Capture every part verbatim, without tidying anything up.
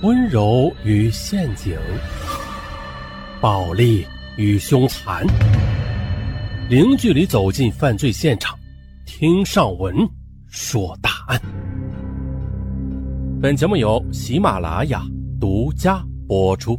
温柔与陷阱，暴力与凶残，零距离走进犯罪现场，听上文说大案。本节目由喜马拉雅独家播出。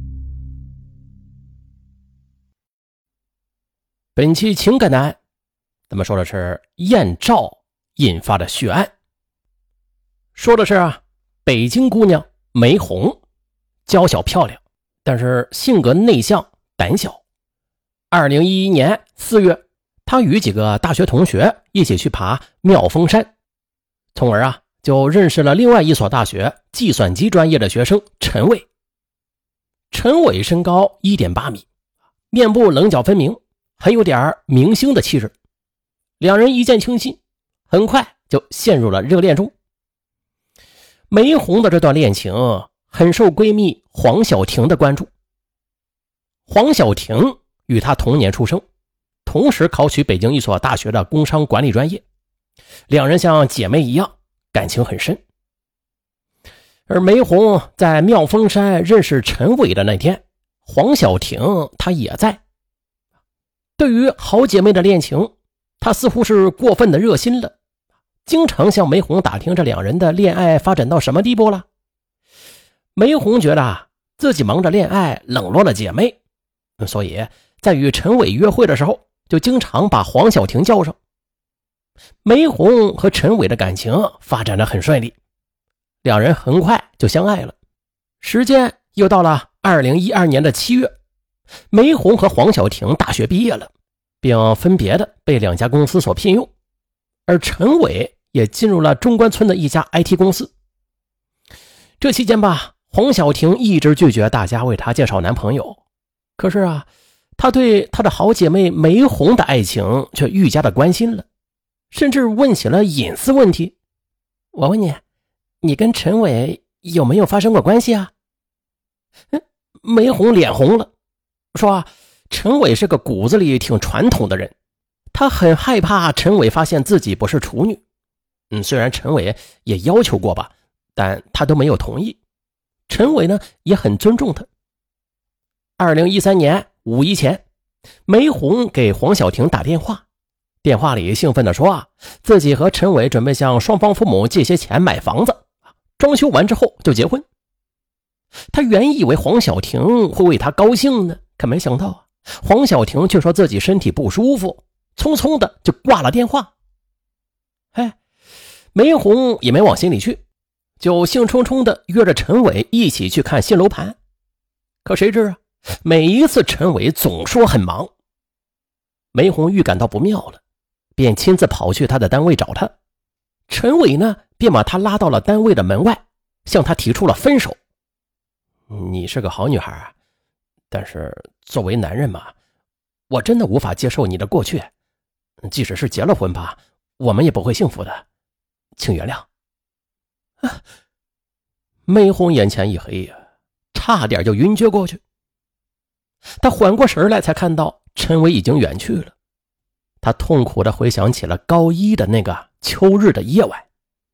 本期情感的案，咱们说的是艳照引发的血案。说的是啊，北京姑娘梅红，娇小漂亮，但是性格内向胆小。二零一一年四月，她与几个大学同学一起去爬妙峰山，从而啊就认识了另外一所大学计算机专业的学生陈伟。陈伟身高 一点八米，面部棱角分明，很有点明星的气质。两人一见倾心，很快就陷入了热恋中。梅红的这段恋情很受闺蜜黄晓婷的关注。黄晓婷与她同年出生，同时考取北京一所大学的工商管理专业，两人像姐妹一样，感情很深。而梅红在妙峰山认识陈伟的那天，黄晓婷她也在。对于好姐妹的恋情，她似乎是过分的热心了，经常向梅红打听这两人的恋爱发展到什么地步了。梅红觉得自己忙着恋爱冷落了姐妹，所以在与陈伟约会的时候就经常把黄晓婷叫上。梅红和陈伟的感情发展得很顺利，两人很快就相爱了。时间又到了二零一二年的七月，梅红和黄晓婷大学毕业了，并分别的被两家公司所聘用，而陈伟也进入了中关村的一家 I T 公司。这期间吧，黄晓婷一直拒绝大家为她介绍男朋友，可是啊，她对她的好姐妹梅红的爱情却愈加的关心了，甚至问起了隐私问题。我问你，你跟陈伟有没有发生过关系啊？梅红脸红了，说啊，陈伟是个骨子里挺传统的人，他很害怕陈伟发现自己不是处女。嗯，虽然陈伟也要求过吧，但他都没有同意。陈伟呢也很尊重他。二零一三年五一前，梅红给黄晓婷打电话，电话里兴奋地说啊，自己和陈伟准备向双方父母借些钱买房子，装修完之后就结婚。他原以为黄晓婷会为他高兴呢，可没想到啊，黄晓婷却说自己身体不舒服，匆匆的就挂了电话。哎，梅红也没往心里去，就兴冲冲的约着陈伟一起去看新楼盘。可谁知啊，每一次陈伟总说很忙。梅红预感到不妙了，便亲自跑去他的单位找他。陈伟呢，便把他拉到了单位的门外，向他提出了分手。你是个好女孩，但是作为男人嘛，我真的无法接受你的过去，即使是结了婚吧，我们也不会幸福的，请原谅。啊，梅红眼前一黑呀，差点就晕厥过去。他缓过神来，才看到陈伟已经远去了。他痛苦地回想起了高一的那个秋日的夜晚。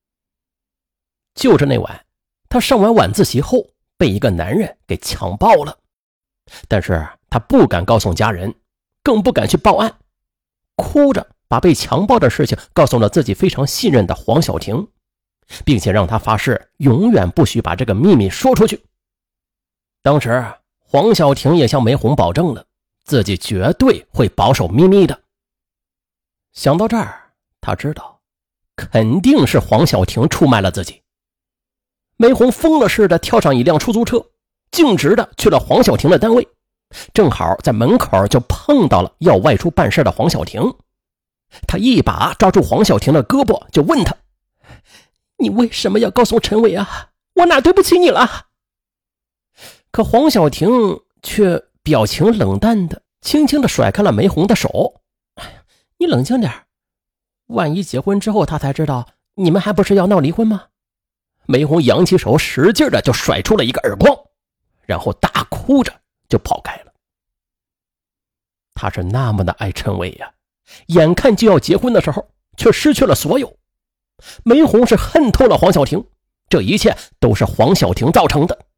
就是那晚，他上完晚自习后被一个男人给强暴了，但是他不敢告诉家人，更不敢去报案，哭着把被强暴的事情告诉了自己非常信任的黄晓婷，并且让他发誓永远不许把这个秘密说出去。当时黄晓婷也向梅红保证了，自己绝对会保守秘密的。想到这儿，他知道肯定是黄晓婷出卖了自己。梅红疯了似的跳上一辆出租车，径直的去了黄晓婷的单位，正好在门口就碰到了要外出办事的黄晓婷。他一把抓住黄晓婷的胳膊，就问他，你为什么要告诉陈伟啊？我哪对不起你了？可黄晓婷却表情冷淡的轻轻的甩开了梅红的手。你冷静点，万一结婚之后他才知道你们还不是要闹离婚吗？梅红扬起手，使劲的就甩出了一个耳光，然后大哭着就跑开了。他是那么的爱陈伟呀，眼看就要结婚的时候却失去了所有。梅红是恨透了黄晓婷， 这一切都是黄小婷造成的。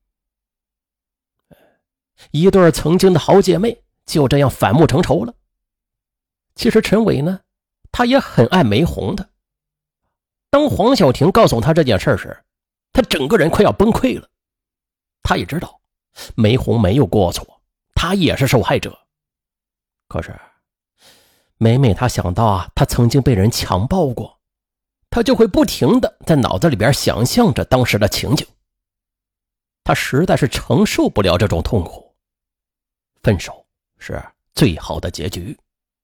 一对曾经的好姐妹就这样反目成仇了。其实陈伟呢，他也很爱梅红的。当黄小婷告诉他这件事时，他整个人快要崩溃了。他也知道梅红没有过错，他也是受害者。可是每每他想到啊，他曾经被人强暴过，他就会不停地在脑子里边想象着当时的情景。他实在是承受不了这种痛苦，分手是最好的结局。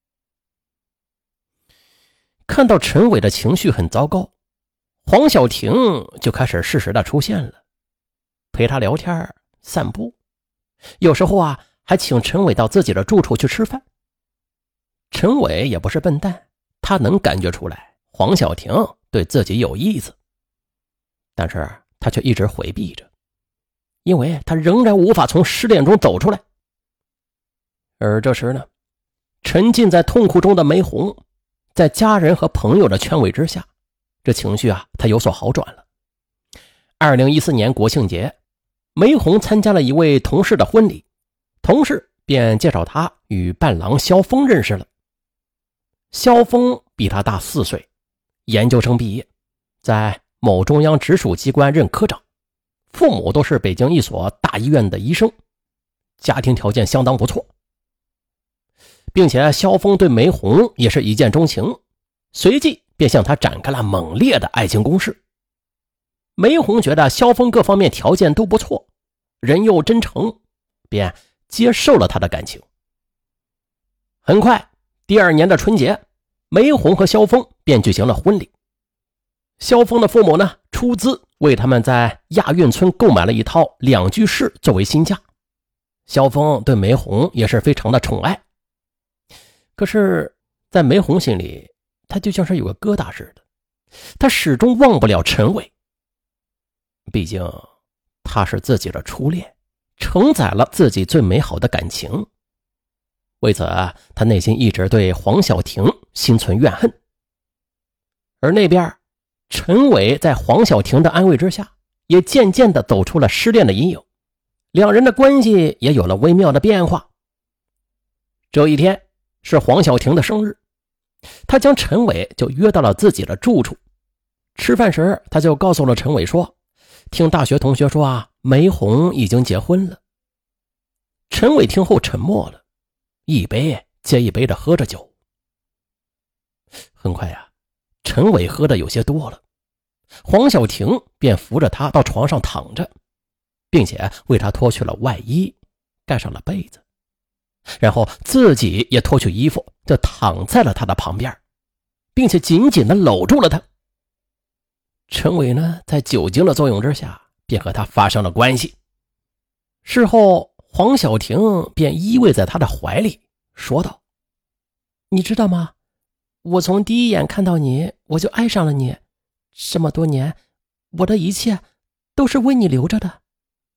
看到陈伟的情绪很糟糕，黄小婷就开始适时的出现了，陪他聊天散步，有时候啊还请陈伟到自己的住处去吃饭。陈伟也不是笨蛋，他能感觉出来黄小婷对自己有意思，但是他却一直回避着，因为他仍然无法从失恋中走出来。而这时呢，沉浸在痛苦中的梅红，在家人和朋友的劝慰之下，这情绪啊他有所好转了。二零一四年国庆节，梅红参加了一位同事的婚礼，同事便介绍他与伴郎肖峰认识了。肖峰比他大四岁，研究生毕业，在某中央直属机关任科长，父母都是北京一所大医院的医生，家庭条件相当不错。并且肖峰对梅红也是一见钟情，随即便向他展开了猛烈的爱情攻势。梅红觉得肖峰各方面条件都不错，人又真诚，便接受了他的感情。很快，第二年的春节，梅红和肖峰便举行了婚礼。肖峰的父母呢，出资为他们在亚运村购买了一套两居室作为新家。肖峰对梅红也是非常的宠爱。可是在梅红心里，他就像是有个疙瘩似的，他始终忘不了陈伟。毕竟他是自己的初恋，承载了自己最美好的感情。为此他内心一直对黄小婷心存怨恨。而那边陈伟在黄小婷的安慰之下，也渐渐地走出了失恋的阴影，两人的关系也有了微妙的变化。这一天是黄小婷的生日，他将陈伟就约到了自己的住处。吃饭时他就告诉了陈伟说，听大学同学说啊，梅红已经结婚了。陈伟听后沉默了，一杯接一杯的喝着酒。很快呀、啊，陈伟喝的有些多了，黄小婷便扶着他到床上躺着，并且为他脱去了外衣，盖上了被子，然后自己也脱去衣服，就躺在了他的旁边，并且紧紧地搂住了他。陈伟呢，在酒精的作用之下，便和他发生了关系。事后黄小婷便依偎在他的怀里说道，你知道吗，我从第一眼看到你我就爱上了你，这么多年我的一切都是为你留着的。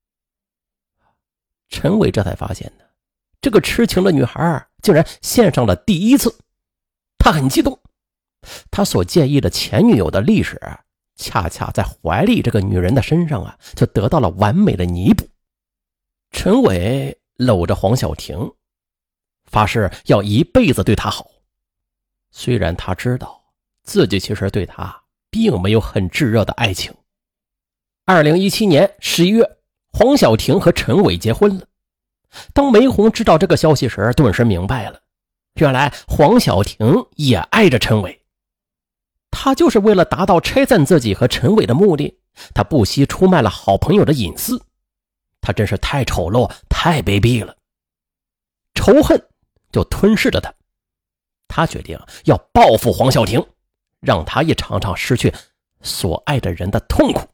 陈伟这才发现呢，这个痴情的女孩竟然献上了第一次。他很激动，他所介意的前女友的历史恰恰在怀里这个女人的身上啊，就得到了完美的弥补。陈伟搂着黄小婷，发誓要一辈子对她好。虽然他知道自己其实对她并没有很炙热的爱情。二零一七年十一月，黄小婷和陈伟结婚了。当梅红知道这个消息时，顿时明白了，原来黄小婷也爱着陈伟。他就是为了达到拆散自己和陈伟的目的，他不惜出卖了好朋友的隐私。他真是太丑陋，太卑鄙了。仇恨就吞噬着他，他决定要报复黄小婷，让他也尝尝失去所爱的人的痛苦。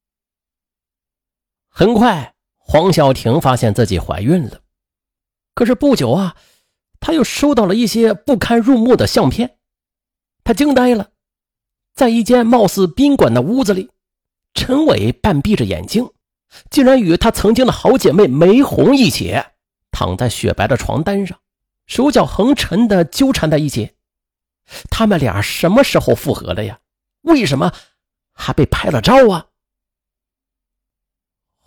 很快黄小婷发现自己怀孕了，可是不久啊，她又收到了一些不堪入目的相片。她惊呆了，在一间貌似宾馆的屋子里，陈伟半闭着眼睛，竟然与他曾经的好姐妹梅红一起躺在雪白的床单上，手脚横陈地纠缠在一起。他们俩什么时候复合的呀？为什么还被拍了照啊？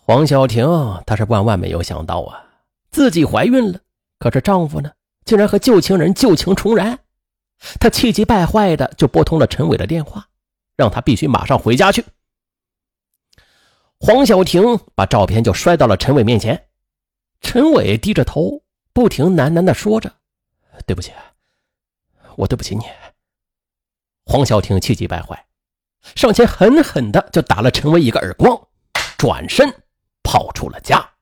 黄小婷她是万万没有想到啊，自己怀孕了，可是丈夫呢竟然和旧情人旧情重燃。她气急败坏的就拨通了陈伟的电话，让他必须马上回家去。黄小婷把照片就摔到了陈伟面前，陈伟低着头不停喃喃地说着，对不起，我对不起你。黄小婷气急败坏，上前狠狠的就打了陈伟一个耳光，转身跑出了家。